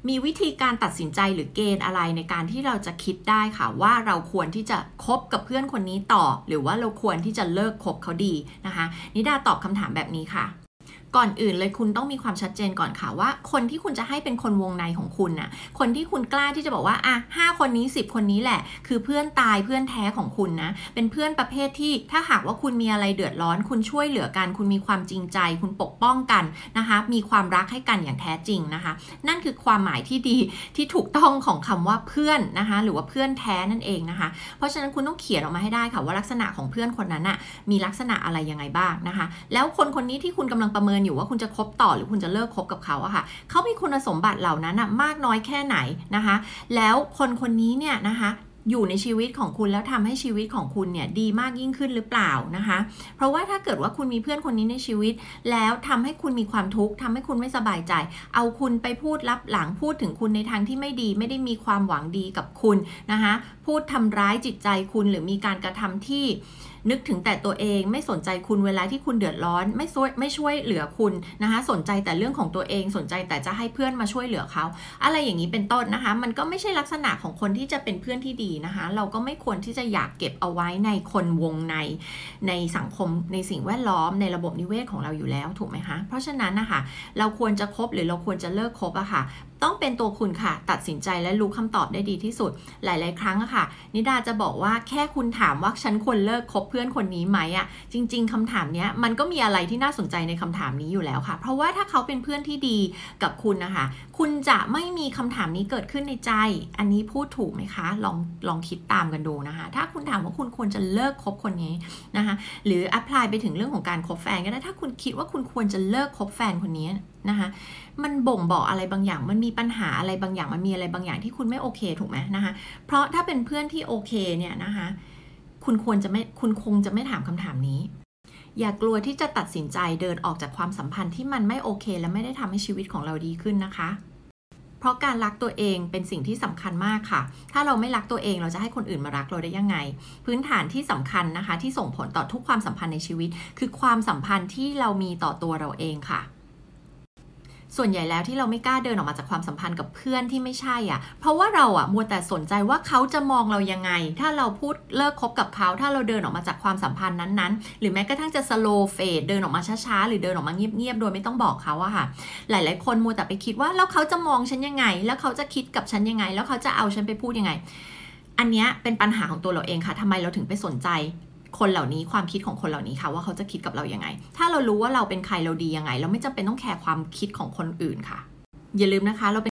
มีวิธีการตัดสินใจหรือเกณฑ์อะไรในการที่เราจะคิดได้ค่ะว่าเราควรที่จะคบกับเพื่อนคนนี้ต่อหรือว่าเราควรที่จะเลิกคบเขาดีนะคะนิดาตอบคำถามแบบนี้ค่ะก่อนอื่นเลยคุณต้องมีความชัดเจนก่อนค่ะว่าคนที่คุณจะให้เป็นคนวงในของคุณน่ะคนที่คุณกล้าที่จะบอกว่า5 คนนี้10 คนนี้แหละคือเพื่อนตายเพื่อนแท้ของคุณนะเป็นเพื่อนประเภทที่ถ้าหากว่าคุณมีอะไรเดือดร้อนคุณช่วยเหลือกันคุณมีความจริงใจคุณปกป้องกันนะคะมีความรักให้กันอย่างแท้จริงนะคะนั่นคือความหมายที่ดีที่ถูกต้องของคำว่าเพื่อนนะคะหรือว่าเพื่อนแท้นั่นเองนะคะเพราะฉะนั้นคุณต้องเขียนออกมาให้ได้ค่ะว่าลักษณะของเพื่อนคนนั้นน่ะมีลักษณะอะไรยังไงบ้างนะคะแล้วคนนี้ที่คุณกำลังประเมินอยู่ว่าคุณจะคบต่อหรือคุณจะเลิกคบกับเขาอะค่ะเขามีคุณสมบัติเหล่านั้นอะมากน้อยแค่ไหนนะคะแล้วคนนี้เนี่ยนะคะอยู่ในชีวิตของคุณแล้วทำให้ชีวิตของคุณเนี่ยดีมากยิ่งขึ้นหรือเปล่านะคะเพราะว่าถ้าเกิดว่าคุณมีเพื่อนคนนี้ในชีวิตแล้วทำให้คุณมีความทุกข์ทำให้คุณไม่สบายใจเอาคุณไปพูดลับหลังพูดถึงคุณในทางที่ไม่ดีไม่ได้มีความหวังดีกับคุณนะคะพูดทำร้ายจิตใจคุณหรือมีการกระทำที่นึกถึงแต่ตัวเองไม่สนใจคุณเวลาที่คุณเดือดร้อนไม่ช่วยเหลือคุณนะคะสนใจแต่เรื่องของตัวเองสนใจแต่จะให้เพื่อนมาช่วยเหลือเขาอะไรอย่างนี้เป็นต้นนะคะมันก็ไม่ใช่ลักษณะของคนที่จะเป็นเพื่อนที่ดีนะคะเราก็ไม่ควรที่จะอยากเก็บเอาไว้ในคนวงในสังคมในสิ่งแวดล้อมในระบบนิเวศของเราอยู่แล้วถูกไหมคะเพราะฉะนั้นนะคะเราควรจะคบหรือเราควรจะเลิกคบอะค่ะต้องเป็นตัวคุณค่ะตัดสินใจและรู้คำตอบได้ดีที่สุดหลายๆครั้งอะค่ะนิดาจะบอกว่าแค่คุณถามว่าฉันควรเลิกคบเพื่อนคนนี้ไหมอะจริงๆคำถามนี้มันก็มีอะไรที่น่าสนใจในคำถามนี้อยู่แล้วค่ะเพราะว่าถ้าเขาเป็นเพื่อนที่ดีกับคุณนะคะคุณจะไม่มีคำถามนี้เกิดขึ้นในใจอันนี้พูดถูกไหมคะลองคิดตามกันดูนะคะถ้าคุณถามว่าคุณควรจะเลิกคบคนนี้นะคะหรือแอพพลายไปถึงเรื่องของการคบแฟนก็ได้ถ้าคุณคิดว่าคุณควรจะเลิกคบแฟนคนนี้นะคะมันบ่งบอกอะไรบางอย่างมันมีปัญหาอะไรบางอย่างมันมีอะไรบางอย่างที่คุณไม่โอเคถูกไหมนะคะเพราะถ้าเป็นเพื่อนที่โอเคเนี่ยนะคะคุณคงจะไม่ถามคำถามนี้อย่ากลัวที่จะตัดสินใจเดินออกจากความสัมพันธ์ที่มันไม่โอเคและไม่ได้ทำให้ชีวิตของเราดีขึ้นนะคะเพราะการรักตัวเองเป็นสิ่งที่สำคัญมากค่ะถ้าเราไม่รักตัวเองเราจะให้คนอื่นมารักเราได้ยังไงพื้นฐานที่สำคัญนะคะที่ส่งผลต่อทุกความสัมพันธ์ในชีวิตคือความสัมพันธ์ที่เรามีต่อตัวเราเองค่ะส่วนใหญ่แล้วที่เราไม่กล้าเดินออกมาจากความสัมพันธ์กับเพื่อนที่ไม่ใช่เพราะว่าเรามัวแต่สนใจว่าเขาจะมองเรายังไงถ้าเราพูดเลิกคบกับเขาถ้าเราเดินออกมาจากความสัมพันธ์นั้นๆหรือแม้กระทั่งจะ slow fade เดินออกมาช้าๆหรือเดินออกมาเงียบๆโดยไม่ต้องบอกเขาค่ะหลายๆคนมัวแต่ไปคิดว่าแล้วเขาจะมองฉันยังไงแล้วเขาจะคิดกับฉันยังไงแล้วเขาจะเอาฉันไปพูดยังไงอันนี้เป็นปัญหาของตัวเราเองค่ะทำไมเราถึงไปสนใจคนเหล่านี้ความคิดของคนเหล่านี้ค่ะว่าเขาจะคิดกับเรายังไงถ้าเรารู้ว่าเราเป็นใครเราดียังไงเราไม่จำเป็นต้องแคร์ความคิดของคนอื่นค่ะอย่าลืมนะคะเราเป็น